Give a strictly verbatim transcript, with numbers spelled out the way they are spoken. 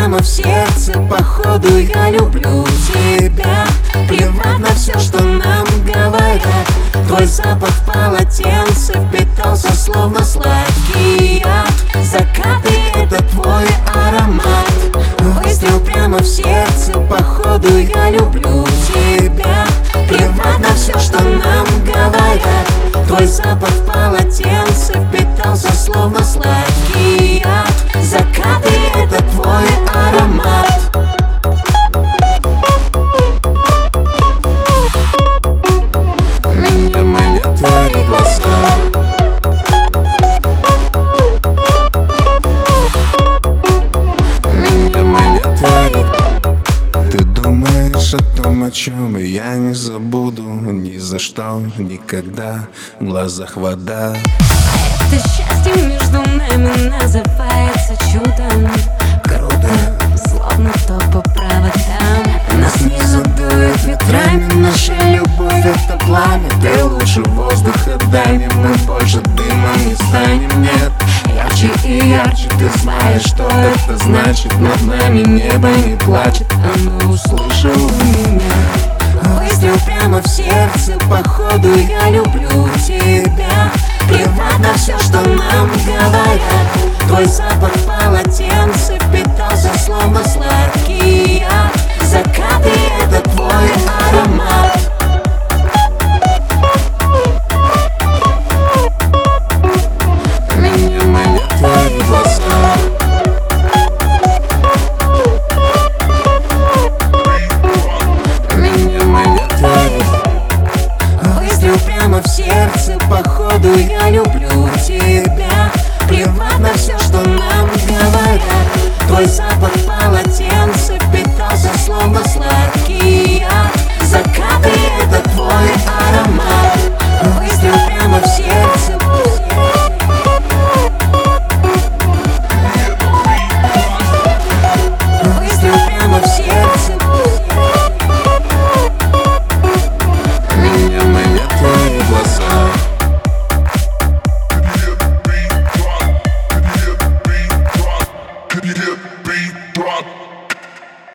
прямо в сердце, походу я люблю тебя. Плевать на все, что нам говорят. Твой запах в полотенце впитался, словно сладкий яд. Закаты — это твой аромат. Выстрел прямо в сердце, походу я люблю тебя. Плевать на все, что нам говорят. Твой запах в полотенце впитался, словно сладкий яд. Закаты — это твой аромат. Меня манят твои глаза. Меня манят твои. Ты думаешь о том, о чем я не забуду ни за что, никогда. В глазах вода. Это счастье между нами называется чудом. Круто, Словно то по проводам. нас не задует ветрами. Наша любовь — это пламя. Ты лучше воздуха дай мне, мы больше дыма не станем, нет. Ярче и ярче, ты знаешь, что это значит. Над нами небо не плачет, оно услышало меня. Выстрел прямо в сердце, походу я люблю тебя. Плевать на все, что нам говорят. Твой запах в полотенце